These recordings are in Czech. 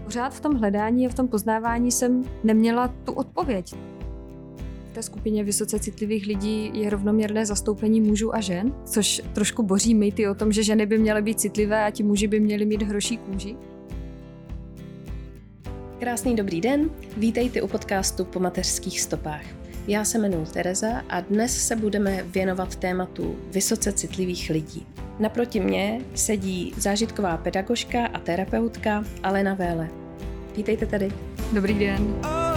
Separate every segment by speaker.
Speaker 1: Pořád v tom hledání a v tom poznávání jsem neměla tu odpověď. V té skupině vysoce citlivých lidí je rovnoměrné zastoupení mužů a žen, což trošku boří mýty o tom, že ženy by měly být citlivé a ti muži by měli mít hroší kůži.
Speaker 2: Krásný dobrý den, vítejte u podcastu Po mateřských stopách. Já se jmenuji Tereza a dnes se budeme věnovat tématu vysoce citlivých lidí. Naproti mně sedí zážitková pedagožka a terapeutka Alena Véle. Vítejte tady.
Speaker 1: Dobrý den.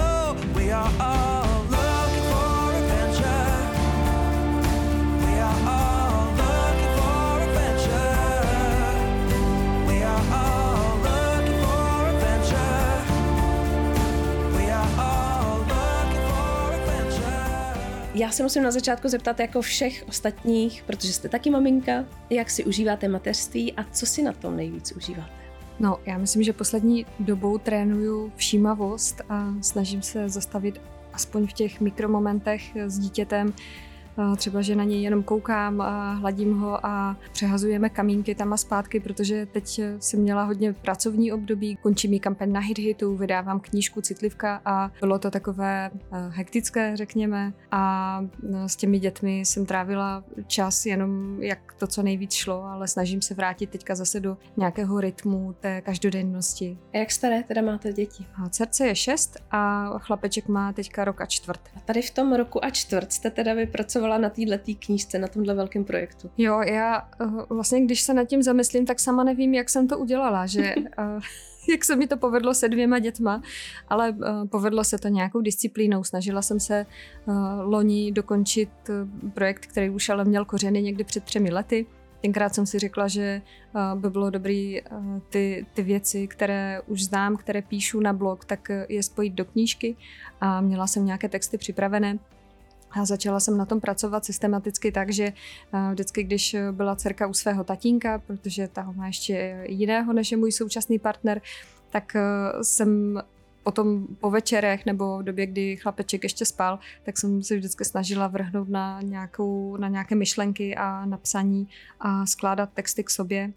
Speaker 2: Já se musím na začátku zeptat jako všech ostatních, protože jste taky maminka, jak si užíváte mateřství a co si na tom nejvíc užíváte?
Speaker 1: No, já myslím, že poslední dobou trénuju všímavost a snažím se zastavit aspoň v těch mikromomentech s dítětem. Třeba, že na něj jenom koukám a hladím ho a přehazujeme kamínky tam a zpátky, protože teď jsem měla hodně pracovní období, končí mi kampaň na HitHitu, vydávám knížku Citlivka a bylo to takové hektické, řekněme, a s těmi dětmi jsem trávila čas jenom jak to, co nejvíc šlo, ale snažím se vrátit teďka zase do nějakého rytmu té každodennosti.
Speaker 2: A jak staré teda máte děti?
Speaker 1: Dcerce je 6 a chlapeček má teďka rok a čtvrt.
Speaker 2: A tady v tom roku a čtvrt jste teda vypracovala na této knížce, na tomhle velkém projektu.
Speaker 1: Jo, já vlastně, když se nad tím zamyslím, tak sama nevím, jak jsem to udělala, že jak se mi to povedlo se 2 dětma, ale povedlo se to nějakou disciplínou. Snažila jsem se loni dokončit projekt, který už ale měl kořeny někdy před 3 lety. Tenkrát jsem si řekla, že by bylo dobré ty věci, které už znám, které píšu na blog, tak je spojit do knížky a měla jsem nějaké texty připravené. A začala jsem na tom pracovat systematicky tak, že vždycky, když byla dcerka u svého tatínka, protože ta má ještě jiného, než je můj současný partner, tak jsem potom po večerech nebo v době, kdy chlapeček ještě spal, tak jsem se vždycky snažila vrhnout na nějaké myšlenky a napsaní a skládat texty k sobě.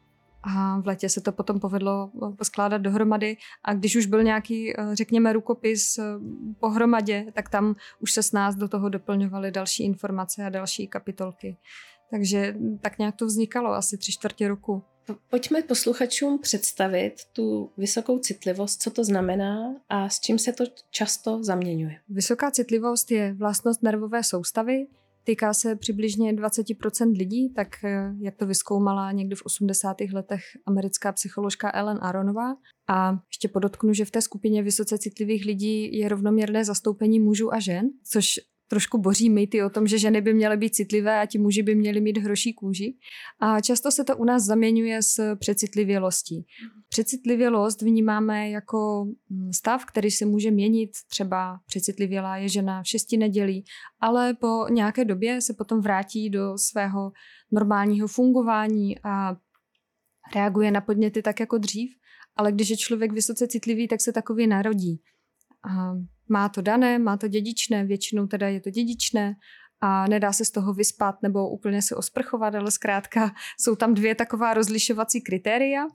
Speaker 1: A v létě se to potom povedlo poskládat dohromady a když už byl nějaký, řekněme, rukopis pohromadě, tak tam už se s nás do toho doplňovaly další informace a další kapitolky. Takže tak nějak to vznikalo asi 3/4 roku.
Speaker 2: Pojďme posluchačům představit tu vysokou citlivost, co to znamená a s čím se to často zaměňuje.
Speaker 1: Vysoká citlivost je vlastnost nervové soustavy, týká se přibližně 20% lidí, tak jak to vyzkoumala někdy v 80. letech americká psycholožka Ellen Aronová. A ještě podotknu, že v té skupině vysoce citlivých lidí je rovnoměrné zastoupení mužů a žen, což trošku boří mýty o tom, že ženy by měly být citlivé a ti muži by měli mít hroší kůži. A často se to u nás zaměňuje s přecitlivělostí. Přecitlivělost vnímáme jako stav, který se může měnit. Třeba přecitlivělá je žena v 6 nedělí, ale po nějaké době se potom vrátí do svého normálního fungování a reaguje na podněty tak jako dřív. Ale když je člověk vysoce citlivý, tak se takový narodí. A má to dané, má to dědičné, většinou teda je to dědičné a nedá se z toho vyspat nebo úplně se osprchovat, ale zkrátka jsou tam 2 taková rozlišovací kritéria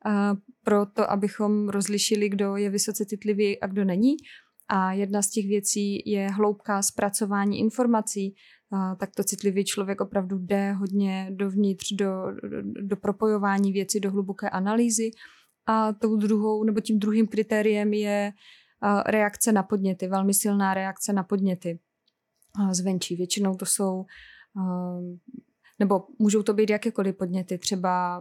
Speaker 1: pro to, abychom rozlišili, kdo je vysoce citlivý a kdo není. A jedna z těch věcí je hloubka zpracování informací. Takto citlivý člověk opravdu jde hodně dovnitř do propojování věcí, do hluboké analýzy. A tím druhým kritériem je reakce na podněty, velmi silná reakce na podněty zvenčí. Většinou to jsou, nebo můžou to být jakékoliv podněty, třeba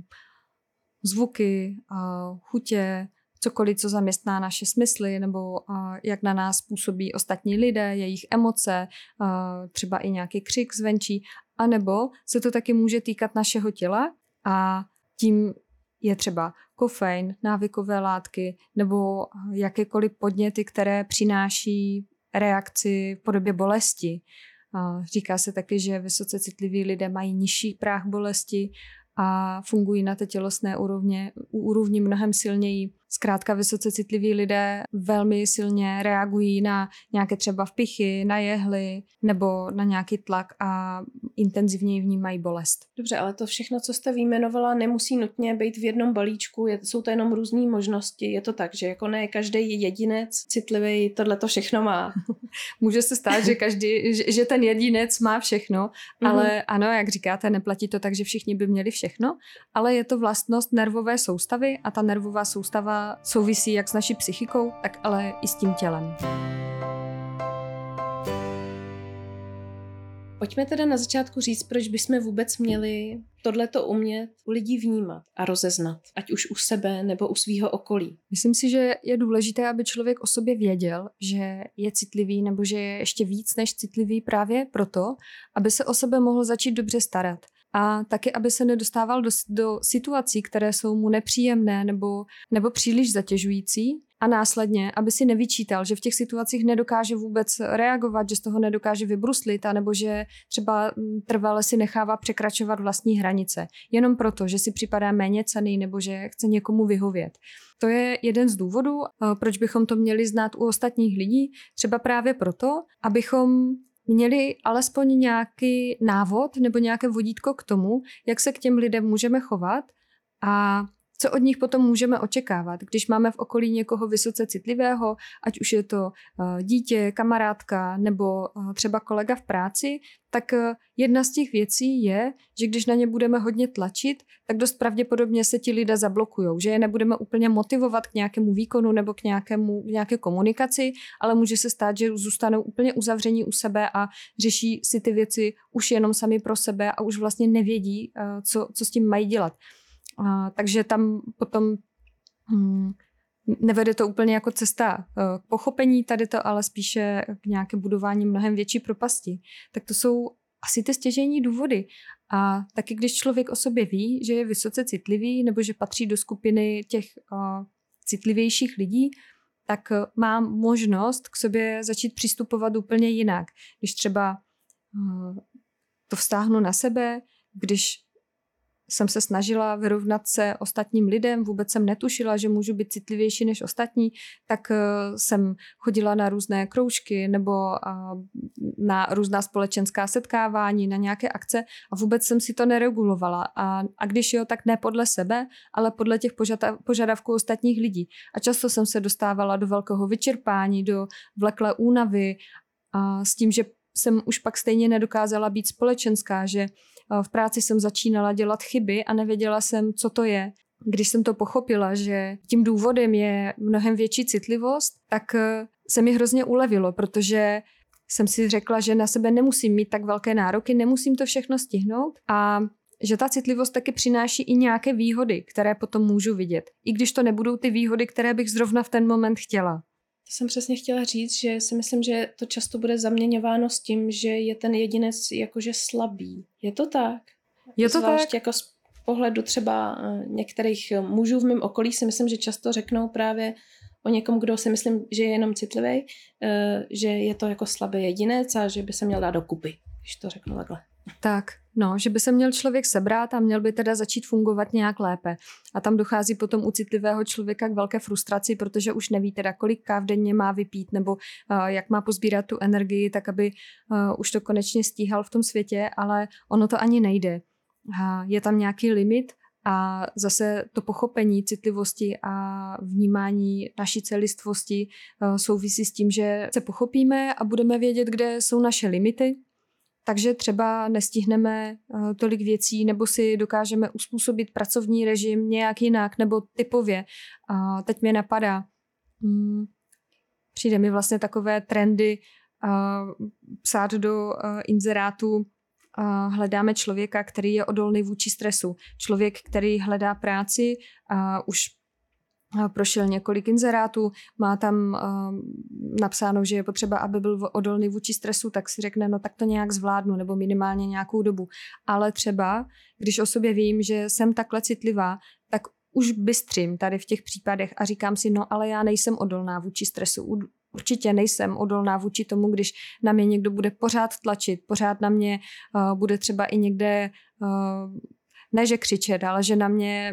Speaker 1: zvuky, chutě, cokoliv, co zaměstná naše smysly, nebo jak na nás působí ostatní lidé, jejich emoce, třeba i nějaký křik zvenčí, anebo se to taky může týkat našeho těla a tím je třeba kofein, návykové látky nebo jakékoliv podněty, které přináší reakci v podobě bolesti. Říká se taky, že vysoce citliví lidé mají nižší práh bolesti a fungují na té tělesné úrovni mnohem silněji Zkrátka vysoce citliví lidé velmi silně reagují na nějaké třeba vpichy, na jehly nebo na nějaký tlak a intenzivněji vnímají bolest.
Speaker 2: Dobře, ale to všechno, co jste vyjmenovala, nemusí nutně být v jednom balíčku, jsou to jenom různé možnosti. Je to tak, že jako ne každý jedinec citlivý tohleto všechno má.
Speaker 1: Může se stát, že ten jedinec má všechno, ale ano, jak říkáte, neplatí to tak, že všichni by měli všechno, ale je to vlastnost nervové soustavy a ta nervová soustava souvisí jak s naší psychikou, tak ale i s tím tělem.
Speaker 2: Pojďme teda na začátku říct, proč bychom vůbec měli tohleto umět u lidí vnímat a rozeznat, ať už u sebe nebo u svého okolí.
Speaker 1: Myslím si, že je důležité, aby člověk o sobě věděl, že je citlivý nebo že je ještě víc než citlivý právě proto, aby se o sebe mohl začít dobře starat. A taky, aby se nedostával do situací, které jsou mu nepříjemné nebo příliš zatěžující. A následně, aby si nevyčítal, že v těch situacích nedokáže vůbec reagovat, že z toho nedokáže vybruslit, anebo že třeba trvale si nechává překračovat vlastní hranice. Jenom proto, že si připadá méně cenný nebo že chce někomu vyhovět. To je jeden z důvodů, proč bychom to měli znát u ostatních lidí. Třeba právě proto, abychom měli alespoň nějaký návod nebo nějaké vodítko k tomu, jak se k těm lidem můžeme chovat a co od nich potom můžeme očekávat. Když máme v okolí někoho vysoce citlivého, ať už je to dítě, kamarádka nebo třeba kolega v práci, tak jedna z těch věcí je, že když na ně budeme hodně tlačit, tak dost pravděpodobně se ti lidé zablokujou, že je nebudeme úplně motivovat k nějakému výkonu nebo k nějaké komunikaci, ale může se stát, že zůstanou úplně uzavření u sebe a řeší si ty věci už jenom sami pro sebe a už vlastně nevědí, co s tím mají dělat. Takže tam potom nevede to úplně jako cesta k pochopení, tady to ale spíše k nějaké budování mnohem větší propasti. Tak to jsou asi ty stěžejní důvody. A taky když člověk o sobě ví, že je vysoce citlivý nebo že patří do skupiny těch citlivějších lidí, tak má možnost k sobě začít přistupovat úplně jinak. Když třeba to vztáhnu na sebe, když jsem se snažila vyrovnat se ostatním lidem, vůbec jsem netušila, že můžu být citlivější než ostatní, tak jsem chodila na různé kroužky nebo na různá společenská setkávání, na nějaké akce a vůbec jsem si to neregulovala. A když jo, tak ne podle sebe, ale podle těch požadavků ostatních lidí. A často jsem se dostávala do velkého vyčerpání, do vleklé únavy a s tím, že jsem už pak stejně nedokázala být společenská, že v práci jsem začínala dělat chyby a nevěděla jsem, co to je. Když jsem to pochopila, že tím důvodem je mnohem větší citlivost, tak se mi hrozně ulevilo, protože jsem si řekla, že na sebe nemusím mít tak velké nároky, nemusím to všechno stihnout a že ta citlivost taky přináší i nějaké výhody, které potom můžu vidět. I když to nebudou ty výhody, které bych zrovna v ten moment chtěla.
Speaker 2: To jsem přesně chtěla říct, že si myslím, že to často bude zaměňováno s tím, že je ten jedinec jakože slabý. Je to tak?
Speaker 1: Je to
Speaker 2: zvlášť
Speaker 1: tak?
Speaker 2: Jako z pohledu třeba některých mužů v mém okolí si myslím, že často řeknou právě o někom, kdo si myslím, že je jenom citlivý, že je to jako slabý jedinec a že by se měl dát dokupy, když to řeknu takhle.
Speaker 1: Tak, no, že by se měl člověk sebrat a měl by teda začít fungovat nějak lépe. A tam dochází potom u citlivého člověka k velké frustraci, protože už neví teda, kolik káv denně má vypít nebo jak má pozbírat tu energii, tak aby už to konečně stíhal v tom světě, ale ono to ani nejde. Je tam nějaký limit a zase to pochopení citlivosti a vnímání naší celistvosti souvisí s tím, že se pochopíme a budeme vědět, kde jsou naše limity. Takže třeba nestihneme tolik věcí nebo si dokážeme uspůsobit pracovní režim nějak jinak nebo typově. A teď mě napadá, přijde mi vlastně takové trendy psát do inzerátu, hledáme člověka, který je odolný vůči stresu. Člověk, který hledá práci, už prošel několik inzerátů, má tam napsáno, že je potřeba, aby byl odolný vůči stresu, tak si řekne, no tak to nějak zvládnu, nebo minimálně nějakou dobu. Ale třeba, když o sobě vím, že jsem takhle citlivá, tak už bystřím tady v těch případech a říkám si, no ale já nejsem odolná vůči stresu. Určitě nejsem odolná vůči tomu, když na mě někdo bude pořád tlačit, pořád na mě bude třeba i někde ne že křičet, ale že na mě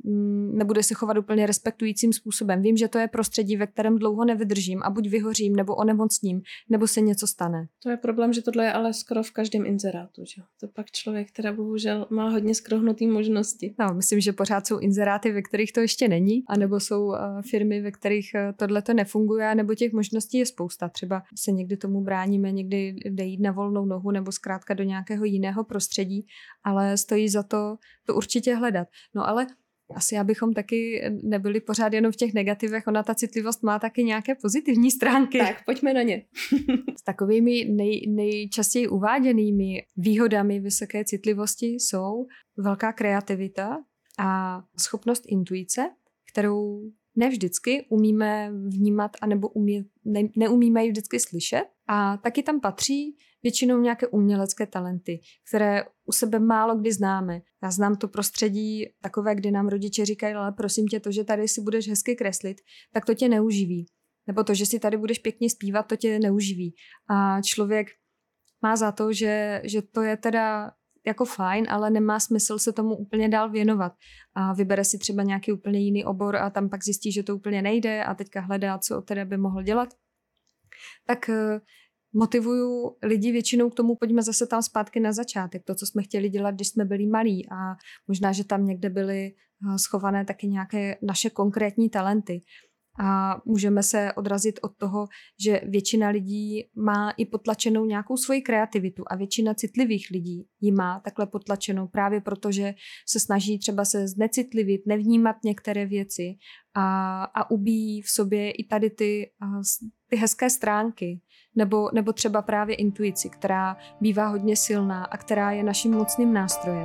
Speaker 1: nebude se chovat úplně respektujícím způsobem. Vím, že to je prostředí, ve kterém dlouho nevydržím a buď vyhořím, nebo onemocním, nebo se něco stane.
Speaker 2: To je problém, že tohle je ale skoro v každém inzerátu. Že? To pak člověk teda bohužel má hodně skrohnutý možnosti.
Speaker 1: No, myslím, že pořád jsou inzeráty, ve kterých to ještě není, anebo jsou firmy, ve kterých tohle to nefunguje, nebo těch možností je spousta. Třeba se někdy tomu bráníme, někdy jde jít na volnou nohu nebo zkrátka do nějakého jiného prostředí, ale stojí za to určitě hledat. No ale asi abychom taky nebyli pořád jenom v těch negativech, ona ta citlivost má taky nějaké pozitivní stránky.
Speaker 2: Tak, pojďme na ně.
Speaker 1: S takovými nejčastěji uváděnými výhodami vysoké citlivosti jsou velká kreativita a schopnost intuice, kterou ne vždycky umíme vnímat anebo neumíme ji vždycky slyšet. A taky tam patří většinou nějaké umělecké talenty, které u sebe málo kdy známe. Já znám to prostředí takové, kdy nám rodiče říkají, ale prosím tě, to, že tady si budeš hezky kreslit, tak to tě neuživí. Nebo to, že si tady budeš pěkně zpívat, to tě neuživí. A člověk má za to, že to je teda jako fajn, ale nemá smysl se tomu úplně dál věnovat. A vybere si třeba nějaký úplně jiný obor a tam pak zjistí, že to úplně nejde a teďka hledá, co teda by mohl dělat. Tak motivuju lidi většinou k tomu, pojďme zase tam zpátky na začátek, to, co jsme chtěli dělat, když jsme byli malí a možná, že tam někde byly schované taky nějaké naše konkrétní talenty. A můžeme se odrazit od toho, že většina lidí má i potlačenou nějakou svoji kreativitu a většina citlivých lidí ji má takhle potlačenou právě proto, že se snaží třeba se znecitlivit, nevnímat některé věci a ubíjí v sobě i tady ty hezké stránky nebo třeba právě intuici, která bývá hodně silná a která je naším mocným nástrojem.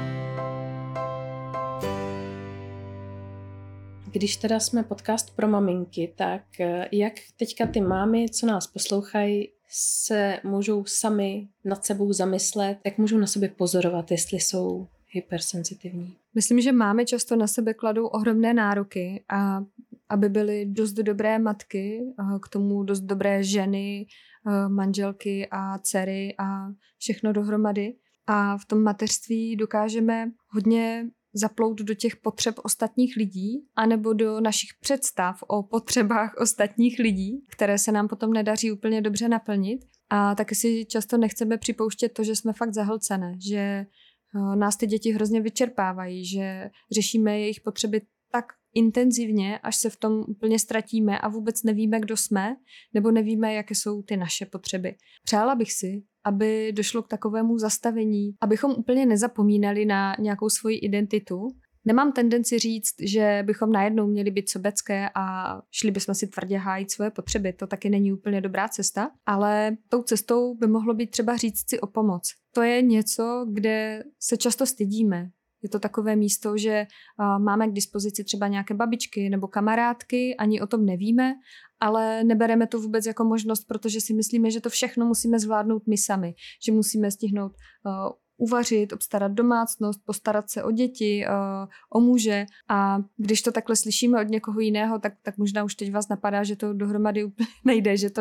Speaker 2: Když teda jsme podcast pro maminky, tak jak teďka ty mámy, co nás poslouchají, se můžou sami nad sebou zamyslet, jak můžou na sobě pozorovat, jestli jsou hypersenzitivní?
Speaker 1: Myslím, že mámy často na sebe kladou ohromné nároky a aby byly dost dobré matky, k tomu dost dobré ženy, manželky a dcery a všechno dohromady. A v tom mateřství dokážeme hodně zaplout do těch potřeb ostatních lidí anebo do našich představ o potřebách ostatních lidí, které se nám potom nedaří úplně dobře naplnit. A taky si často nechceme připouštět to, že jsme fakt zahlcené, že nás ty děti hrozně vyčerpávají, že řešíme jejich potřeby tak intenzivně, až se v tom úplně ztratíme a vůbec nevíme, kdo jsme, nebo nevíme, jaké jsou ty naše potřeby. Přála bych si, aby došlo k takovému zastavení, abychom úplně nezapomínali na nějakou svoji identitu. Nemám tendenci říct, že bychom najednou měli být sobecké a šli bychom si tvrdě hájit svoje potřeby. To taky není úplně dobrá cesta, ale tou cestou by mohlo být třeba říct si o pomoc. To je něco, kde se často stydíme. Je to takové místo, že máme k dispozici třeba nějaké babičky nebo kamarádky, ani o tom nevíme, ale nebereme to vůbec jako možnost, protože si myslíme, že to všechno musíme zvládnout my sami, že musíme stihnout uvařit, obstarat domácnost, postarat se o děti, o muže a když to takhle slyšíme od někoho jiného, tak možná už teď vás napadá, že to dohromady úplně nejde, že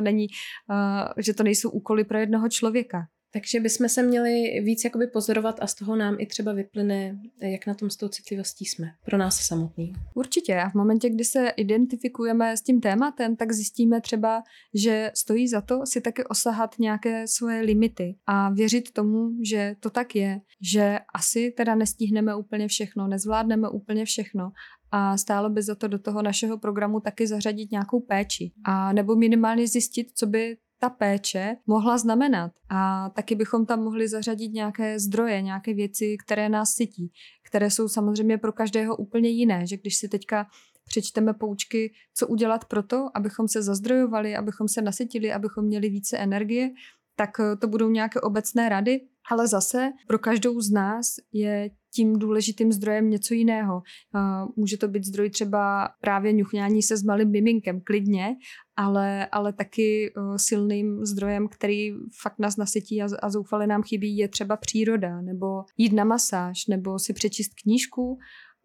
Speaker 1: to nejsou úkoly pro jednoho člověka.
Speaker 2: Takže bychom se měli víc jakoby pozorovat a z toho nám i třeba vyplyne, jak na tom s tou citlivostí jsme. Pro nás samotný.
Speaker 1: Určitě. A v momentě, kdy se identifikujeme s tím tématem, tak zjistíme třeba, že stojí za to si taky osahat nějaké svoje limity a věřit tomu, že to tak je, že asi teda nestihneme úplně všechno, nezvládneme úplně všechno a stálo by za to do toho našeho programu taky zařadit nějakou péči a nebo minimálně zjistit, co by ta péče mohla znamenat. A taky bychom tam mohli zařadit nějaké zdroje, nějaké věci, které nás sytí, které jsou samozřejmě pro každého úplně jiné, že když si teďka přečteme poučky, co udělat pro to, abychom se zazdrojovali, abychom se nasytili, abychom měli více energie, tak to budou nějaké obecné rady, ale zase pro každou z nás je tím důležitým zdrojem něco jiného. Může to být zdroj třeba právě ňuchňání se s malým miminkem, klidně, ale taky silným zdrojem, který fakt nás nasytí a zoufale nám chybí, je třeba příroda, nebo jít na masáž, nebo si přečíst knížku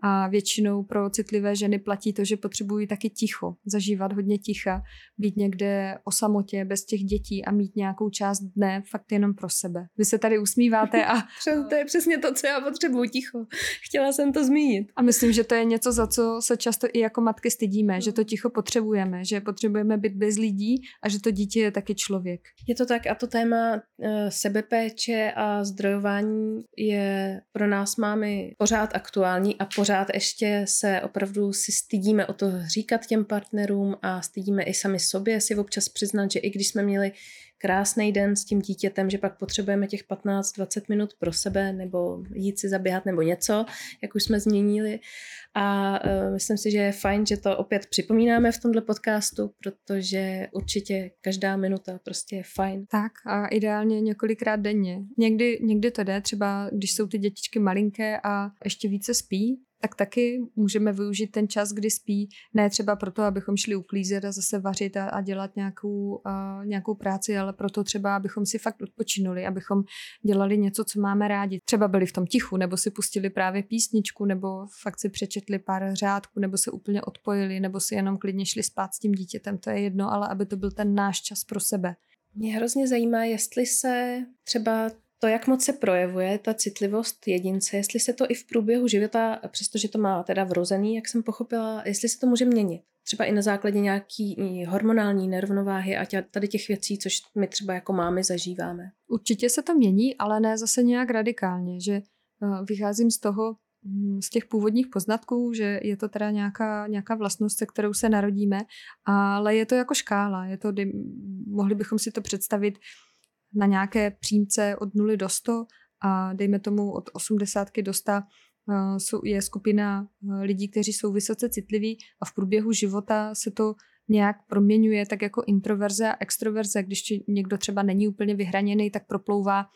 Speaker 1: A většinou pro citlivé ženy platí to, že potřebují taky ticho, zažívat hodně ticha, být někde o samotě, bez těch dětí a mít nějakou část dne fakt jenom pro sebe. Vy se tady usmíváte a...
Speaker 2: To je přesně to, co já potřebuji, ticho. Chtěla jsem to zmínit.
Speaker 1: A myslím, že to je něco, za co se často i jako matky stydíme, že to ticho potřebujeme, že potřebujeme být bez lidí a že to dítě je taky člověk.
Speaker 2: Je to tak a to téma sebepéče a zdrojování je pro nás mámy pořád aktuální a pořád ještě se opravdu si stydíme o to říkat těm partnerům a stydíme i sami sobě si občas přiznat, že i když jsme měli krásný den s tím dítětem, že pak potřebujeme těch 15-20 minut pro sebe nebo jít si zaběhat nebo něco, jak už jsme změnili. A myslím si, že je fajn, že to opět připomínáme v tomhle podcastu, protože určitě každá minuta prostě je fajn.
Speaker 1: Tak a ideálně několikrát denně. Někdy to jde, třeba když jsou ty dětičky malinké a ještě více spí, tak taky můžeme využít ten čas, kdy spí, ne třeba proto, abychom šli uklízet a zase vařit a dělat nějakou práci, ale proto třeba, abychom si fakt odpočinuli, abychom dělali něco, co máme rádi. Třeba byli v tom tichu, nebo si pustili právě písničku, nebo fakt si přečetli pár řádků, nebo se úplně odpojili, nebo si jenom klidně šli spát s tím dítětem, to je jedno, ale aby to byl ten náš čas pro sebe.
Speaker 2: Mě hrozně zajímá, jestli se třeba to, jak moc se projevuje ta citlivost jedince, jestli se to i v průběhu života, přestože to má teda vrozený, jak jsem pochopila, jestli se to může měnit. Třeba i na základě nějaký hormonální nerovnováhy a tady těch věcí, což my třeba jako mámy zažíváme.
Speaker 1: Určitě se to mění, ale ne zase nějak radikálně, že vycházím z těch původních poznatků, že je to teda nějaká vlastnost, se kterou se narodíme, ale je to jako škála. Mohli bychom si to představit na nějaké přímce od 0 do 100 a dejme tomu od 80 do 100 je skupina lidí, kteří jsou vysoce citliví a v průběhu života se to nějak proměňuje tak jako introverze a extroverze. Když někdo třeba není úplně vyhraněný, tak proplouvá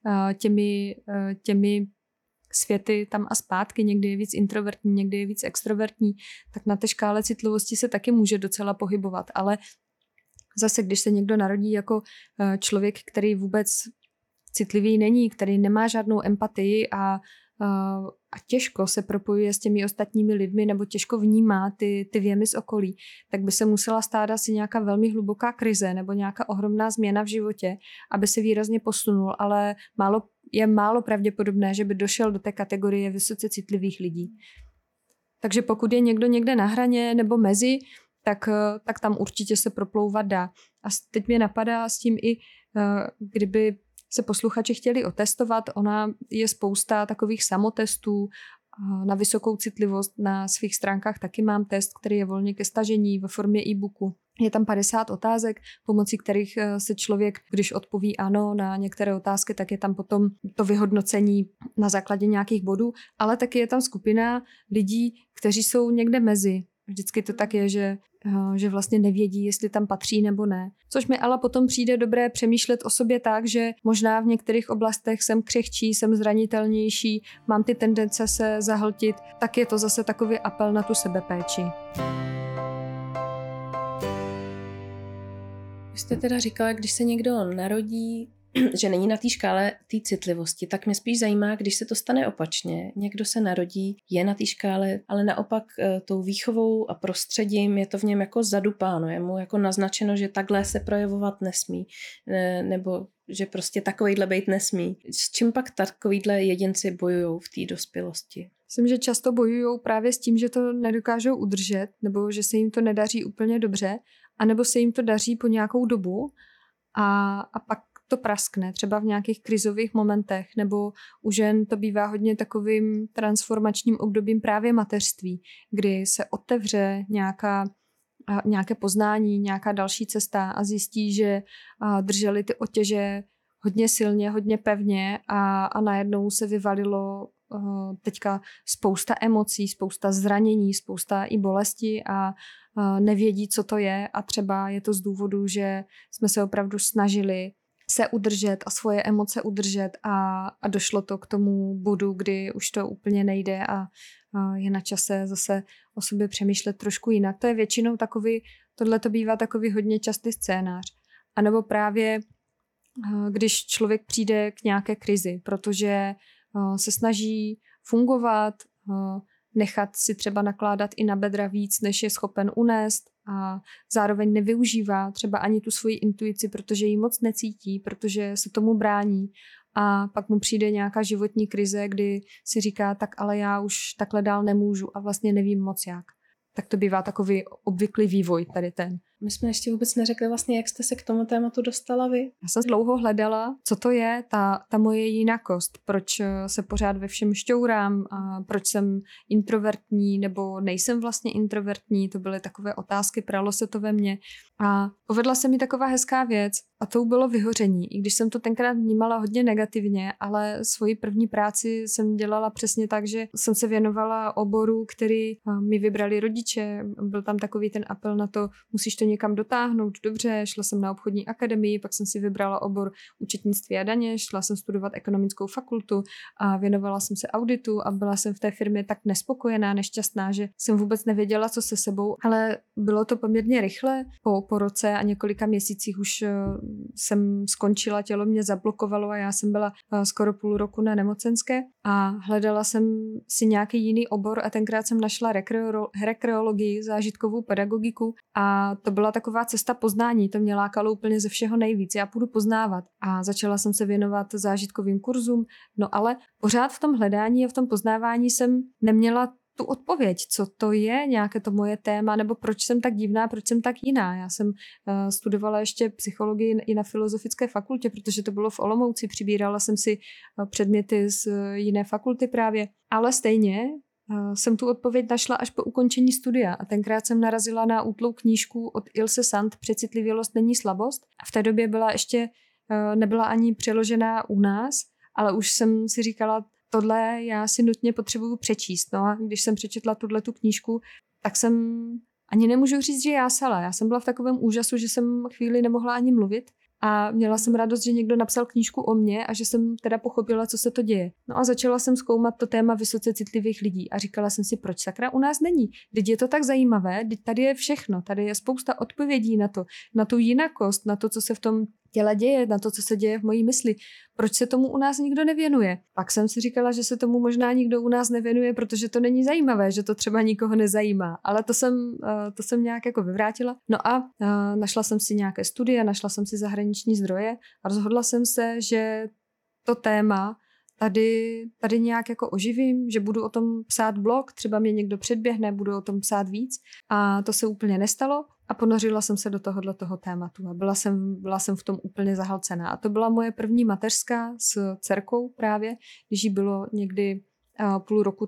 Speaker 1: těmi světy tam a zpátky, někdy je víc introvertní, někdy je víc extrovertní, tak na té škále citlivosti se taky může docela pohybovat, ale zase, když se někdo narodí jako člověk, který vůbec citlivý není, který nemá žádnou empatii a těžko se propojuje s těmi ostatními lidmi nebo těžko vnímá ty vjemy z okolí, tak by se musela stát asi nějaká velmi hluboká krize nebo nějaká ohromná změna v životě, aby se výrazně posunul, ale je málo pravděpodobné, že by došel do té kategorie vysoce citlivých lidí. Takže pokud je někdo někde na hraně nebo mezi, tak tam určitě se proplouvat dá. A teď mě napadá s tím i, kdyby se posluchači chtěli otestovat, je spousta takových samotestů na vysokou citlivost. Na svých stránkách taky mám test, který je volně ke stažení ve formě e-booku. Je tam 50 otázek, pomocí kterých se člověk, když odpoví ano na některé otázky, tak je tam potom to vyhodnocení na základě nějakých bodů, ale taky je tam skupina lidí, kteří jsou někde mezi. Vždycky to tak je, že vlastně nevědí, jestli tam patří nebo ne. Což mi ale potom přijde dobré přemýšlet o sobě tak, že možná v některých oblastech jsem křehčí, jsem zranitelnější, mám ty tendence se zahltit, tak je to zase takový apel na tu sebepéči.
Speaker 2: Vy jste teda říkala, když se někdo narodí, že není na té škále té citlivosti, tak mě spíš zajímá, když se to stane opačně. Někdo se narodí, je na té škále, ale naopak tou výchovou a prostředím je to v něm jako zadupáno, je mu jako naznačeno, že takhle se projevovat nesmí, nebo že prostě takovejhle bejt nesmí. S čím pak takovýhle jedinci bojujou v té dospělosti?
Speaker 1: Myslím, že často bojují právě s tím, že to nedokážou udržet, nebo že se jim to nedaří úplně dobře, anebo se jim to daří po nějakou dobu a pak to praskne, třeba v nějakých krizových momentech, nebo u žen to bývá hodně takovým transformačním obdobím právě mateřství, kdy se otevře nějaké poznání, nějaká další cesta a zjistí, že drželi ty otěže hodně silně, hodně pevně a najednou se vyvalilo teďka spousta emocí, spousta zranění, spousta i bolesti a nevědí, co to je a třeba je to z důvodu, že jsme se opravdu snažili se udržet a svoje emoce udržet a došlo to k tomu bodu, kdy už to úplně nejde a je na čase zase o sobě přemýšlet trošku jinak. To je většinou tohle to bývá takový hodně častý scénář. A nebo právě, když člověk přijde k nějaké krizi, protože se snaží fungovat, nechat si třeba nakládat i na bedra víc, než je schopen unést a zároveň nevyužívá třeba ani tu svoji intuici, protože ji moc necítí, protože se tomu brání a pak mu přijde nějaká životní krize, kdy si říká, tak ale já už takhle dál nemůžu a vlastně nevím moc jak. Tak to bývá takový obvyklý vývoj tady ten.
Speaker 2: My jsme ještě vůbec neřekli vlastně, jak jste se k tomu tématu dostala vy.
Speaker 1: Já jsem dlouho hledala, co to je ta moje jinakost, proč se pořád ve všem šťourám, a proč jsem introvertní nebo nejsem vlastně introvertní, to byly takové otázky, pralo se to ve mně. A povedla se mi taková hezká věc a to bylo vyhoření. I když jsem to tenkrát vnímala hodně negativně, ale svoji první práci jsem dělala přesně tak, že jsem se věnovala oboru, který mi vybrali rodiče. Byl tam takový ten apel na to, musíš to někam dotáhnout, dobře, šla jsem na obchodní akademii, pak jsem si vybrala obor účetnictví a daně, šla jsem studovat ekonomickou fakultu a věnovala jsem se auditu a byla jsem v té firmě tak nespokojená, nešťastná, že jsem vůbec nevěděla, co se sebou, ale bylo to poměrně rychle. Po roce a několika měsících už jsem skončila, tělo mě zablokovalo a já jsem byla skoro půl roku na nemocenské a hledala jsem si nějaký jiný obor a tenkrát jsem našla rekreologii, zážitkovou pedagogiku a to byla taková cesta poznání, to mě lákalo úplně ze všeho nejvíc, já půjdu poznávat a začala jsem se věnovat zážitkovým kurzům, no ale pořád v tom hledání a v tom poznávání jsem neměla tu odpověď, co to je, nějaké to moje téma, nebo proč jsem tak divná, proč jsem tak jiná. Já jsem studovala ještě psychologii i na filozofické fakultě, protože to bylo v Olomouci, přibírala jsem si předměty z jiné fakulty právě, ale stejně jsem tu odpověď našla až po ukončení studia a tenkrát jsem narazila na útlou knížku od Ilse Sand Přecitlivělost není slabost a v té době nebyla ani přeložená u nás, ale už jsem si říkala, tohle já si nutně potřebuju přečíst. No a když jsem přečetla tu knížku, tak jsem ani nemůžu říct, že jásala. Já jsem byla v takovém úžasu, že jsem chvíli nemohla ani mluvit a měla jsem radost, že někdo napsal knížku o mně a že jsem teda pochopila, co se to děje. No a začala jsem zkoumat to téma vysoce citlivých lidí a říkala jsem si, proč sakra u nás není. Teď je to tak zajímavé, teď tady je všechno, tady je spousta odpovědí na tu jinakost, na to, co se v tom těle děje, na to, co se děje v mojí mysli. Proč se tomu u nás nikdo nevěnuje? Pak jsem si říkala, že se tomu možná nikdo u nás nevěnuje, protože to není zajímavé, že to třeba nikoho nezajímá. Ale to jsem nějak jako vyvrátila. No a našla jsem si nějaké studie, našla jsem si zahraniční zdroje a rozhodla jsem se, že to téma tady nějak jako oživím, že budu o tom psát blog, třeba mě někdo předběhne, budu o tom psát víc. A to se úplně nestalo. A ponořila jsem se do toho tématu a byla jsem v tom úplně zahlcená. A to byla moje první mateřská s dcerkou právě, když jí bylo někdy půl roku,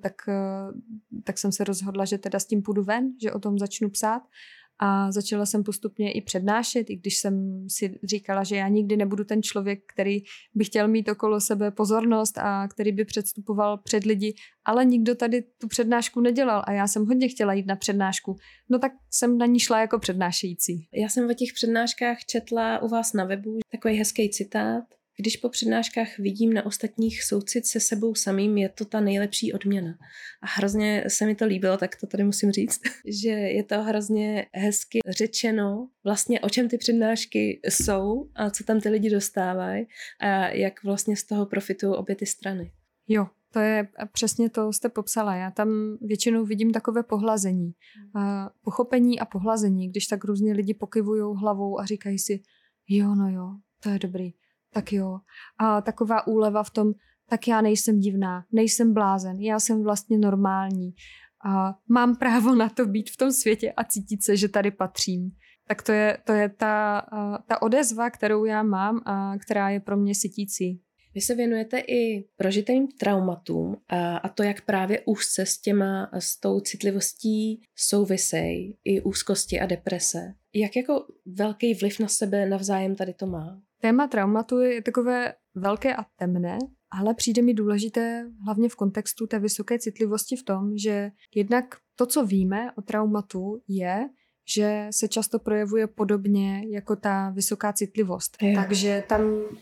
Speaker 1: tak jsem se rozhodla, že teda s tím půjdu ven, že o tom začnu psát. A začala jsem postupně i přednášet, i když jsem si říkala, že já nikdy nebudu ten člověk, který by chtěl mít okolo sebe pozornost a který by předstupoval před lidi, ale nikdo tady tu přednášku nedělal a já jsem hodně chtěla jít na přednášku. No tak jsem na ní šla jako přednášející.
Speaker 2: Já jsem o těch přednáškách četla u vás na webu takový hezký citát. Když po přednáškách vidím na ostatních soucit se sebou samým, je to ta nejlepší odměna. A hrozně se mi to líbilo, tak to tady musím říct, že je to hrozně hezky řečeno, vlastně o čem ty přednášky jsou a co tam ty lidi dostávají a jak vlastně z toho profitují obě ty strany.
Speaker 1: Jo, to je přesně to, jste popsala. Já tam většinou vidím takové pohlazení. Pochopení a pohlazení, když tak různě lidi pokyvujou hlavou a říkají si, jo, no jo, to je dobrý. Tak jo. A taková úleva v tom, tak já nejsem divná, nejsem blázen, já jsem vlastně normální. A mám právo na to být v tom světě a cítit se, že tady patřím. Tak to je ta odezva, kterou já mám a která je pro mě sytící.
Speaker 2: Vy se věnujete i prožitým traumatům a to, jak právě úzce s tou citlivostí souvisejí i úzkosti a deprese. Jak jako velký vliv na sebe navzájem tady to má?
Speaker 1: Téma traumatu je takové velké a temné, ale přijde mi důležité hlavně v kontextu té vysoké citlivosti v tom, že jednak to, co víme o traumatu, je, že se často projevuje podobně jako ta vysoká citlivost. Takže tam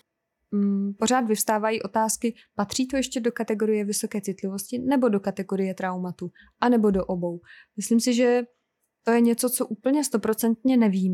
Speaker 1: pořád vyvstávají otázky, patří to ještě do kategorie vysoké citlivosti nebo do kategorie traumatu, anebo do obou. Myslím si, že to je něco, co úplně 100% nevíme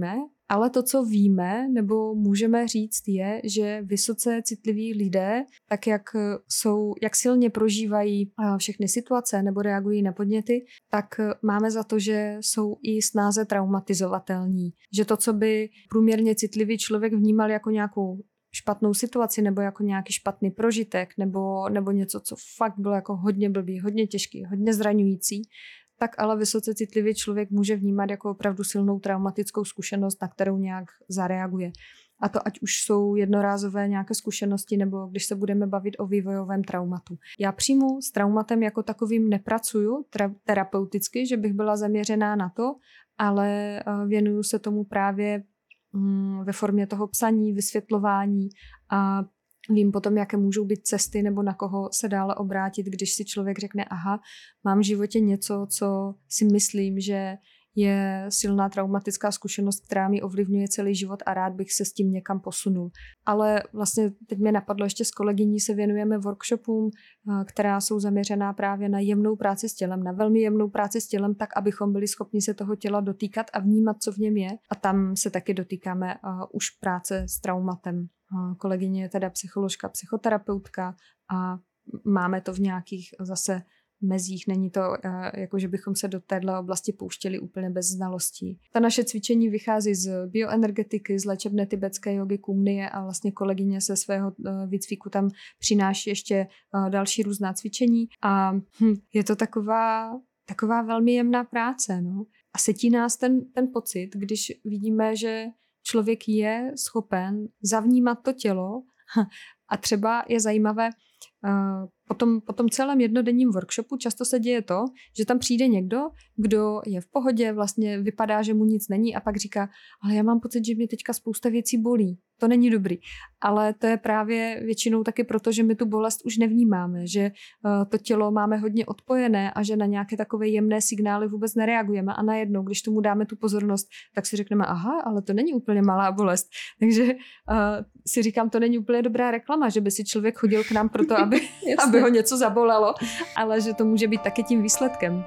Speaker 1: Ale to, co víme nebo můžeme říct, je, že vysoce citliví lidé, tak jak silně prožívají všechny situace nebo reagují na podněty, tak máme za to, že jsou i snáze traumatizovatelní. Že to, co by průměrně citlivý člověk vnímal jako nějakou špatnou situaci nebo jako nějaký špatný prožitek nebo něco, co fakt bylo jako hodně blbý, hodně těžký, hodně zraňující, tak ale vysoce citlivý člověk může vnímat jako opravdu silnou traumatickou zkušenost, na kterou nějak zareaguje. A to ať už jsou jednorázové nějaké zkušenosti, nebo když se budeme bavit o vývojovém traumatu. Já přímo s traumatem jako takovým nepracuju terapeuticky, že bych byla zaměřená na to, ale věnuju se tomu právě ve formě toho psaní, vysvětlování a vím potom, jaké můžou být cesty nebo na koho se dále obrátit, když si člověk řekne, aha, mám v životě něco, co si myslím, že je silná traumatická zkušenost, která mi ovlivňuje celý život a rád bych se s tím někam posunul. Ale vlastně teď mě napadlo, ještě s kolegyní se věnujeme workshopům, která jsou zaměřená právě na jemnou práci s tělem, na velmi jemnou práci s tělem, tak abychom byli schopni se toho těla dotýkat a vnímat, co v něm je. A tam se taky dotýkáme už práce s traumatem. Kolegyně je teda psycholožka, psychoterapeutka a máme to v nějakých zase mezích. Není to jako, že bychom se do téhle oblasti pouštěli úplně bez znalostí. Ta naše cvičení vychází z bioenergetiky, z léčebné tibetské jogy Kumnie a vlastně kolegyně se svého výcviku tam přináší ještě další různá cvičení a je to taková velmi jemná práce. No. A setí nás ten pocit, když vidíme, že člověk je schopen zavnímat to tělo a třeba je zajímavé, po tom celém jednodenním workshopu často se děje to, že tam přijde někdo, kdo je v pohodě, vlastně vypadá, že mu nic není a pak říká, ale já mám pocit, že mě teďka spousta věcí bolí. To není dobrý. Ale to je právě většinou taky proto, že my tu bolest už nevnímáme, že to tělo máme hodně odpojené a že na nějaké takové jemné signály vůbec nereagujeme a najednou, když tomu dáme tu pozornost, tak si řekneme, aha, ale to není úplně malá bolest. Takže si říkám, to není úplně dobrá reklama, že by si člověk chodil k nám proto, aby ho něco zabolelo, ale že to může být taky tím výsledkem.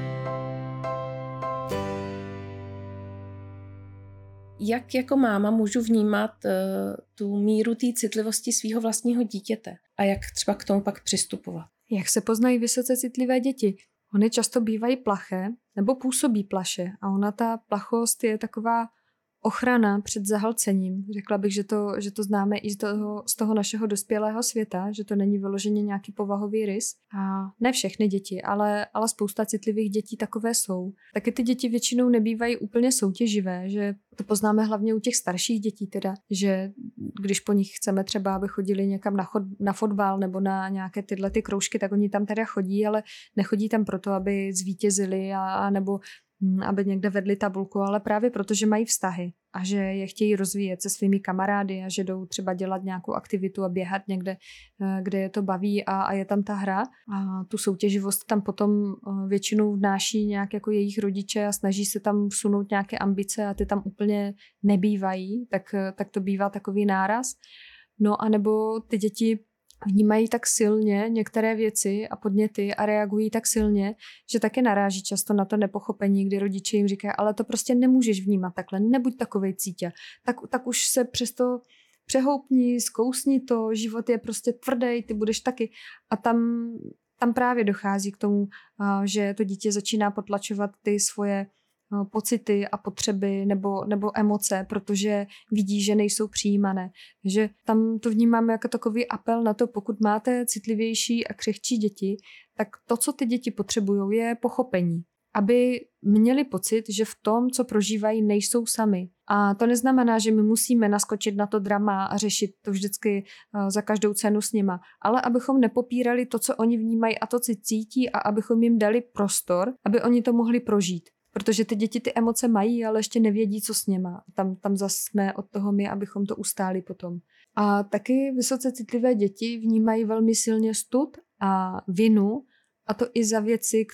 Speaker 2: Jak jako máma můžu vnímat tu míru té citlivosti svého vlastního dítěte a jak třeba k tomu pak přistupovat?
Speaker 1: Jak se poznají vysoce citlivé děti? Ony často bývají plaché nebo působí plaše a ta plachost je taková ochrana před zahlcením. Řekla bych, že to známe i z toho našeho dospělého světa, že to není vyloženě nějaký povahový rys. A ne všechny děti, ale spousta citlivých dětí takové jsou. Taky ty děti většinou nebývají úplně soutěživé, že to poznáme hlavně u těch starších dětí teda, že když po nich chceme třeba, aby chodili někam na fotbal nebo na nějaké tyhle ty kroužky, tak oni tam teda chodí, ale nechodí tam proto, aby zvítězili a nebo aby někde vedli tabulku, ale právě proto, že mají vztahy a že je chtějí rozvíjet se svými kamarády a že jdou třeba dělat nějakou aktivitu a běhat někde, kde je to baví a je tam ta hra. A tu soutěživost tam potom většinou vnáší nějak jako jejich rodiče a snaží se tam vsunout nějaké ambice a ty tam úplně nebývají, tak to bývá takový náraz. No a nebo ty děti vnímají tak silně některé věci a podněty a reagují tak silně, že také naráží často na to nepochopení, kdy rodiče jim říkají, ale to prostě nemůžeš vnímat takhle, nebuď takovej cítě. Tak už se přesto přehoupni, zkousni to, život je prostě tvrdý, ty budeš taky. A tam právě dochází k tomu, že to dítě začíná potlačovat ty svoje pocity a potřeby nebo emoce, protože vidí, že nejsou přijímané. Takže tam to vnímám jako takový apel na to, pokud máte citlivější a křehčí děti, tak to, co ty děti potřebují, je pochopení. Aby měli pocit, že v tom, co prožívají, nejsou sami. A to neznamená, že my musíme naskočit na to drama a řešit to vždycky za každou cenu s nima, ale abychom nepopírali to, co oni vnímají a to, co cítí a abychom jim dali prostor, aby oni to mohli prožít. Protože ty děti ty emoce mají, ale ještě nevědí, co s něma. Tam zase jsme od toho my, abychom to ustáli potom. A taky vysoce citlivé děti vnímají velmi silně stud a vinu, a to i za věci,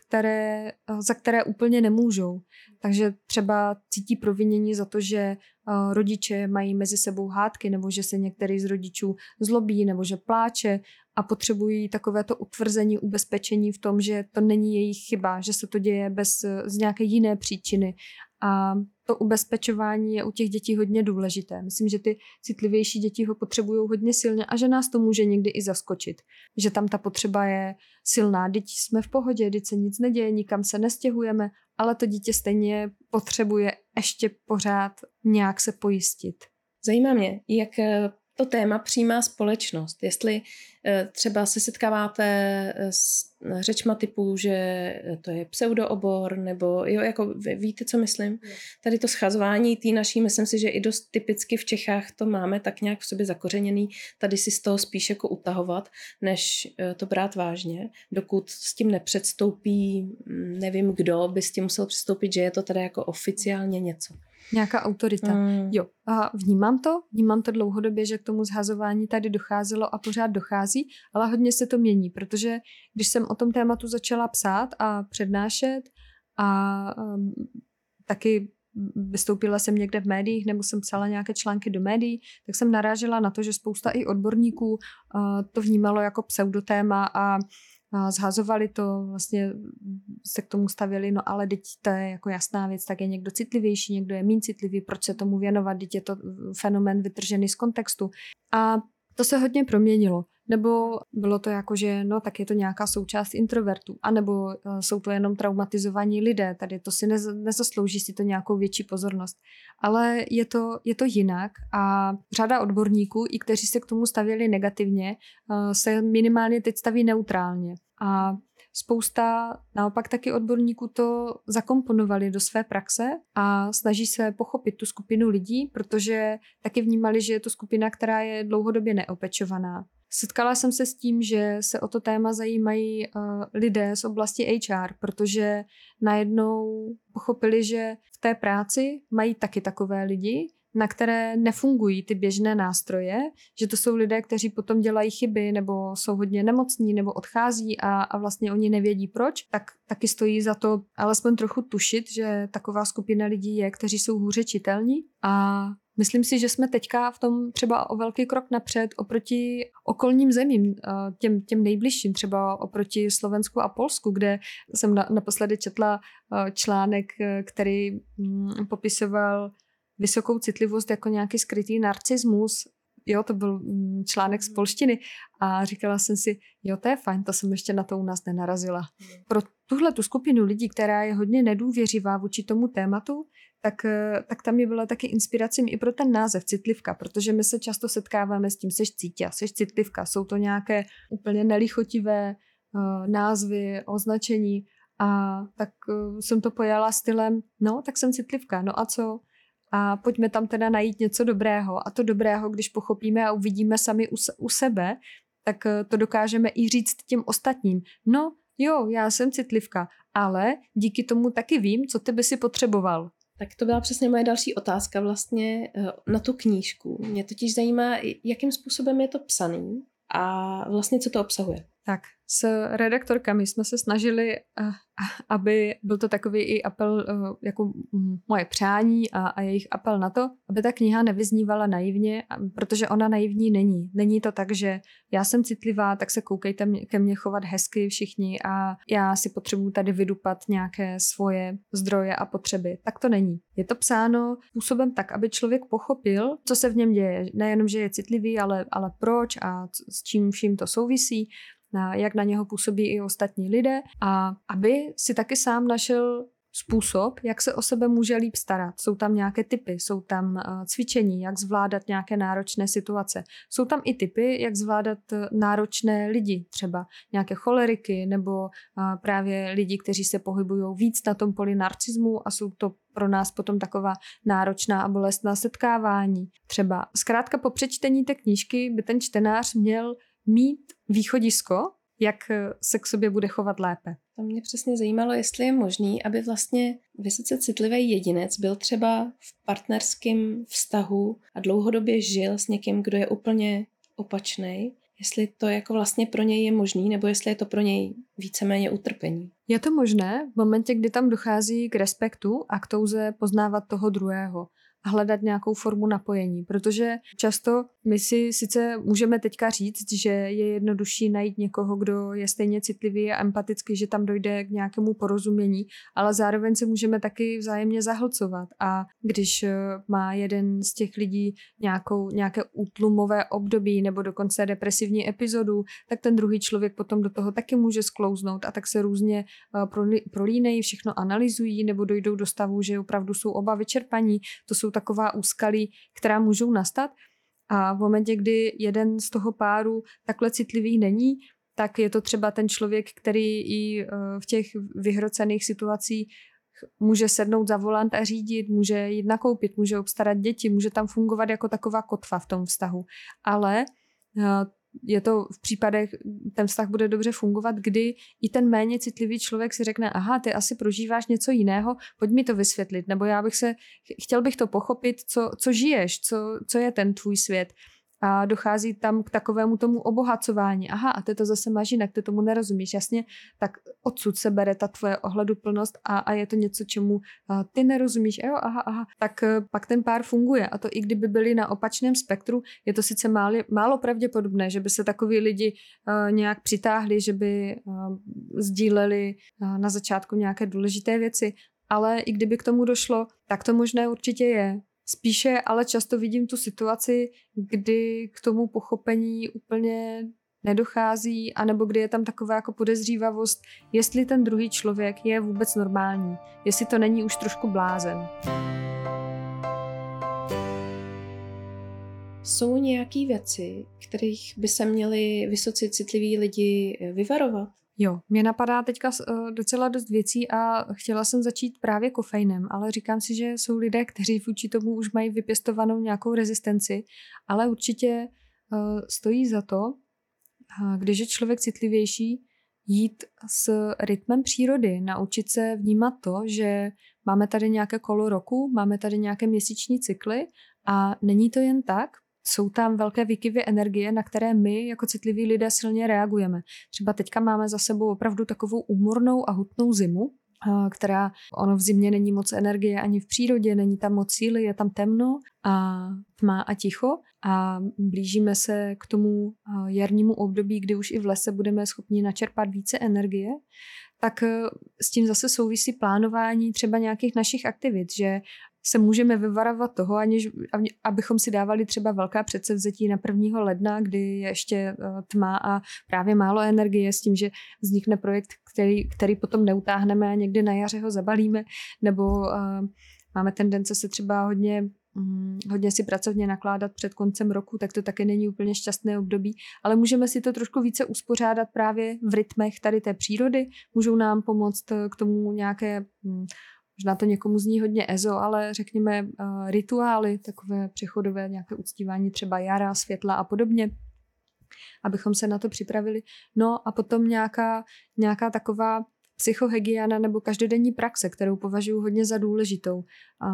Speaker 1: za které úplně nemůžou. Takže třeba cítí provinění za to, že rodiče mají mezi sebou hádky, nebo že se některý z rodičů zlobí, nebo že pláče a potřebují takovéto utvrzení, ubezpečení v tom, že to není jejich chyba, že se to děje z nějaké jiné příčiny. A to ubezpečování je u těch dětí hodně důležité. Myslím, že ty citlivější děti ho potřebují hodně silně a že nás to může někdy i zaskočit. Že tam ta potřeba je silná. Děti jsme v pohodě, teď se nic neděje, nikam se nestěhujeme, ale to dítě stejně potřebuje ještě pořád nějak se pojistit.
Speaker 2: Zajímá mě, jak to téma přijímá společnost. Jestli třeba se setkáváte s řečma typu, že to je pseudoobor, nebo jo, jako víte, co myslím? Tady to schazování tý naší, myslím si, že i dost typicky v Čechách to máme tak nějak v sobě zakořeněný, tady si z toho spíš jako utahovat, než to brát vážně, dokud s tím nepředstoupí, nevím kdo by s tím musel předstoupit, že je to tady jako oficiálně něco.
Speaker 1: Nějaká autorita. Jo. A vnímám to dlouhodobě, že k tomu zhazování tady docházelo a pořád dochází, ale hodně se to mění, protože když jsem o tom tématu začala psát a přednášet a taky vystoupila jsem někde v médiích nebo jsem psala nějaké články do médií, tak jsem narážela na to, že spousta i odborníků to vnímalo jako pseudotéma a zhazovali to, vlastně se k tomu stavěli, no ale teď to je jako jasná věc, tak je někdo citlivější, někdo je méně citlivý, proč se tomu věnovat, teď je to fenomén vytržený z kontextu. A to se hodně proměnilo. Nebo bylo to jako, že no tak je to nějaká součást introvertů, anebo jsou to jenom traumatizovaní lidé, tady to si nezaslouží si to nějakou větší pozornost. Ale je to jinak a řada odborníků, i kteří se k tomu stavěli negativně, se minimálně teď staví neutrálně. A spousta naopak taky odborníků to zakomponovali do své praxe a snaží se pochopit tu skupinu lidí, protože taky vnímali, že je to skupina, která je dlouhodobě neopečovaná. Setkala jsem se s tím, že se o to téma zajímají lidé z oblasti HR, protože najednou pochopili, že v té práci mají taky takové lidi, na které nefungují ty běžné nástroje, že to jsou lidé, kteří potom dělají chyby nebo jsou hodně nemocní nebo odchází a vlastně oni nevědí proč, tak taky stojí za to alespoň trochu tušit, že taková skupina lidí je, kteří jsou hůře čitelní a myslím si, že jsme teďka v tom třeba o velký krok napřed oproti okolním zemím, těm nejbližším, třeba oproti Slovensku a Polsku, kde jsem naposledy četla článek, který popisoval vysokou citlivost jako nějaký skrytý narcismus. Jo, to byl článek z polštiny a říkala jsem si, jo, to je fajn, to jsem ještě na to u nás nenarazila. Pro tuhle tu skupinu lidí, která je hodně nedůvěřivá vůči tomu tématu, tak tam je byla taky inspiracím i pro ten název citlivka, protože my se často setkáváme s tím, seš cítě, seš citlivka, jsou to nějaké úplně nelichotivé názvy, označení a tak jsem to pojala stylem, no, tak jsem citlivka, no a co? A pojďme tam teda najít něco dobrého. A to dobrého, když pochopíme a uvidíme sami u sebe, tak to dokážeme i říct těm ostatním. No jo, já jsem citlivka, ale díky tomu taky vím, co ty by si potřeboval.
Speaker 2: Tak to byla přesně moje další otázka vlastně na tu knížku. Mě totiž zajímá, jakým způsobem je to psaný a vlastně co to obsahuje.
Speaker 1: Tak, s redaktorkami jsme se snažili, aby byl to takový i apel, jako moje přání a jejich apel na to, aby ta kniha nevyznívala naivně, protože ona naivní není. Není to tak, že já jsem citlivá, tak se koukejte ke mně chovat hezky všichni a já si potřebuju tady vydupat nějaké svoje zdroje a potřeby. Tak to není. Je to psáno způsobem tak, aby člověk pochopil, co se v něm děje. Nejenom, že je citlivý, ale proč a s čím vším to souvisí, jak na něho působí i ostatní lidé a aby si taky sám našel způsob, jak se o sebe může líp starat. Jsou tam nějaké tipy, jsou tam cvičení, jak zvládat nějaké náročné situace. Jsou tam i tipy, jak zvládat náročné lidi, třeba nějaké choleriky nebo právě lidi, kteří se pohybují víc na tom poli narcismu a jsou to pro nás potom taková náročná a bolestná setkávání. Třeba zkrátka po přečtení té knížky by ten čtenář měl mít východisko, jak se k sobě bude chovat lépe.
Speaker 2: To mě přesně zajímalo, jestli je možný, aby vlastně vysoce citlivý jedinec byl třeba v partnerském vztahu a dlouhodobě žil s někým, kdo je úplně opačnej. Jestli to jako vlastně pro něj je možný, nebo jestli je to pro něj víceméně utrpení.
Speaker 1: Je to možné v momentě, kdy tam dochází k respektu a k touze poznávat toho druhého. hledat nějakou formu napojení, protože často my si sice můžeme teďka říct, že je jednodušší najít někoho, kdo je stejně citlivý a empatický, že tam dojde k nějakému porozumění, ale zároveň se můžeme taky vzájemně zahlcovat a když má jeden z těch lidí nějaké útlumové období nebo dokonce depresivní epizodu, tak ten druhý člověk potom do toho taky může sklouznout a tak se různě prolínejí, všechno analyzují nebo dojdou do stavu, že opravdu jsou oba vyčerpaní. To jsou taková úskalí, která můžou nastat a v momentě, kdy jeden z toho páru takhle citlivý není, tak je to třeba ten člověk, který i v těch vyhrocených situacích může sednout za volant a řídit, může jít nakoupit, může obstarat děti, může tam fungovat jako taková kotva v tom vztahu. Ale je to v případech, ten vztah bude dobře fungovat, kdy i ten méně citlivý člověk si řekne, aha, ty asi prožíváš něco jiného, pojď mi to vysvětlit, nebo chtěl bych to pochopit, co žiješ, co je ten tvůj svět. A dochází tam k takovému tomu obohacování. Aha, a ty to zase máš jinak, ty tomu nerozumíš, jasně, tak odsud se bere ta tvoje ohleduplnost a je to něco, čemu ty nerozumíš, jo, aha, tak pak ten pár funguje. A to i kdyby byli na opačném spektru, je to sice málo pravděpodobné, že by se takoví lidi nějak přitáhli, že by sdíleli na začátku nějaké důležité věci, ale i kdyby k tomu došlo, tak to možné určitě je. Spíše ale často vidím tu situaci, kdy k tomu pochopení úplně nedochází, anebo kdy je tam taková jako podezřívavost, jestli ten druhý člověk je vůbec normální, jestli to není už trošku blázen.
Speaker 2: Jsou nějaké věci, kterých by se měli vysoce citliví lidi vyvarovat?
Speaker 1: Jo, mě napadá teďka docela dost věcí a chtěla jsem začít právě kofeinem, ale říkám si, že jsou lidé, kteří vůči tomu už mají vypěstovanou nějakou rezistenci, ale určitě stojí za to, když je člověk citlivější, jít s rytmem přírody, naučit se vnímat to, že máme tady nějaké kolo roku, máme tady nějaké měsíční cykly a není to jen tak, jsou tam velké výkyvy energie, na které my jako citliví lidé silně reagujeme. Třeba teďka máme za sebou opravdu takovou úmornou a hutnou zimu, ono v zimě není moc energie ani v přírodě, není tam moc síly, je tam temno a tma a ticho a blížíme se k tomu jarnímu období, kdy už i v lese budeme schopni načerpat více energie, tak s tím zase souvisí plánování třeba nějakých našich aktivit, že se můžeme vyvarovat toho, abychom si dávali třeba velká předsevzetí na 1. ledna, kdy je ještě tma a právě málo energie s tím, že vznikne projekt, který potom neutáhneme a někdy na jaře ho zabalíme, nebo máme tendence se třeba hodně si pracovně nakládat před koncem roku, tak to taky není úplně šťastné období, ale můžeme si to trošku více uspořádat právě v rytmech tady té přírody, můžou nám pomoct k tomu nějaké, možná to někomu zní hodně ezo, ale řekněme rituály, takové přechodové, nějaké uctívání třeba jara, světla a podobně, abychom se na to připravili. No a potom nějaká taková psychohygiena nebo každodenní praxe, kterou považuji hodně za důležitou.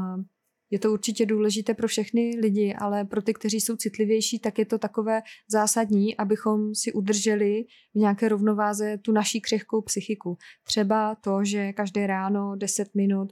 Speaker 1: Je to určitě důležité pro všechny lidi, ale pro ty, kteří jsou citlivější, tak je to takové zásadní, abychom si udrželi v nějaké rovnováze tu naší křehkou psychiku. Třeba to, že každé ráno 10 minut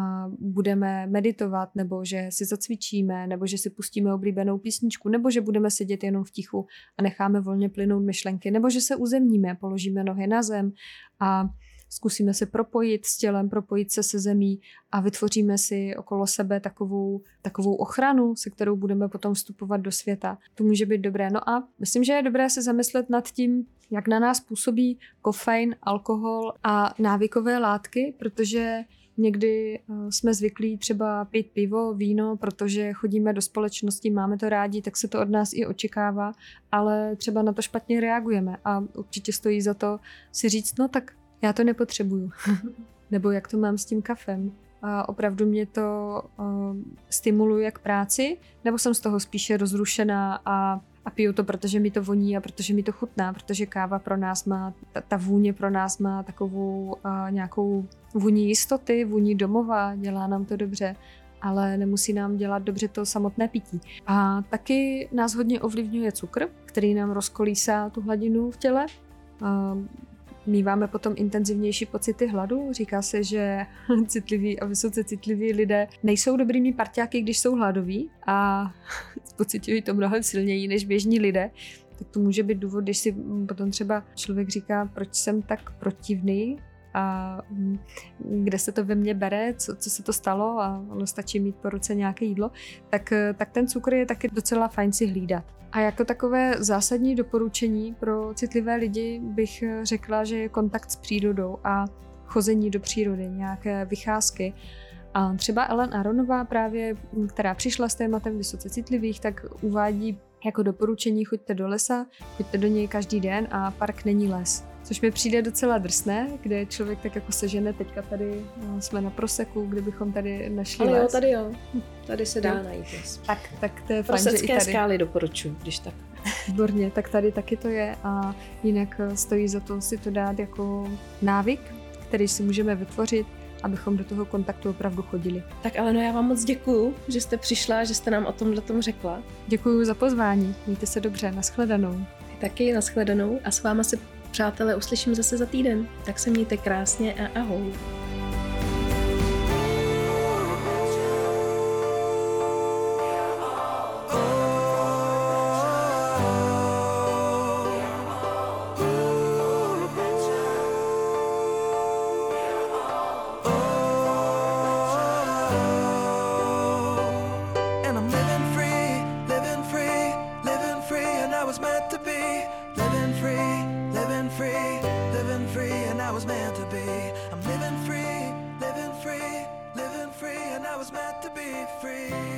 Speaker 1: budeme meditovat, nebo že si zacvičíme, nebo že si pustíme oblíbenou písničku, nebo že budeme sedět jenom v tichu a necháme volně plynout myšlenky, nebo že se uzemníme, položíme nohy na zem a zkusíme se propojit s tělem, propojit se zemí a vytvoříme si okolo sebe takovou ochranu, se kterou budeme potom vstupovat do světa. To může být dobré. No a myslím, že je dobré se zamyslet nad tím, jak na nás působí kofein, alkohol a návykové látky, protože někdy jsme zvyklí třeba pít pivo, víno, protože chodíme do společnosti, máme to rádi, tak se to od nás i očekává, ale třeba na to špatně reagujeme a určitě stojí za to si říct, no tak já to nepotřebuju. Nebo jak to mám s tím kafem. A opravdu mě to stimuluje k práci, nebo jsem z toho spíše rozrušená a piju to, protože mi to voní a protože mi to chutná, protože káva pro nás má, ta vůně pro nás má takovou nějakou vůni jistoty, vůni domova, dělá nám to dobře, ale nemusí nám dělat dobře to samotné pití. A taky nás hodně ovlivňuje cukr, který nám rozkolísá tu hladinu v těle. míváme potom intenzivnější pocity hladu. Říká se, že citliví a vysoce citliví lidé nejsou dobrými parťáky, když jsou hladoví a pociťují to mnohem silněji než běžní lidé. Tak to může být důvod, když si potom třeba člověk říká, proč jsem tak protivný a kde se to ve mně bere, co se to stalo a ono stačí mít po ruce nějaké jídlo, tak ten cukr je taky docela fajn si hlídat. A jako takové zásadní doporučení pro citlivé lidi bych řekla, že je kontakt s přírodou a chození do přírody, nějaké vycházky. A třeba Ellen Aronová právě, která přišla s tématem vysoce citlivých, tak uvádí jako doporučení: choďte do lesa, choďte do něj každý den a park není les. Což mi přijde docela drsné, kde člověk tak jako sežene, teďka tady jsme na proseku, kdybychom tady našli les.
Speaker 2: Ale tady se dá najít les.
Speaker 1: Tak to je fajn, že i
Speaker 2: Prosecké
Speaker 1: tady.
Speaker 2: skály doporučuji, když tak.
Speaker 1: Výborně, tak tady taky to je a jinak stojí za to si to dát jako návyk, který si můžeme vytvořit, abychom do toho kontaktu opravdu chodili.
Speaker 2: Tak Aleno, já vám moc děkuju, že jste přišla, že jste nám o tomhletom řekla.
Speaker 1: Děkuji za pozvání, mějte se dobře, nashledanou.
Speaker 2: Taky nashledanou a s váma se, přátelé, uslyším zase za týden. Tak se mějte krásně a ahoj.
Speaker 3: I was meant to be free.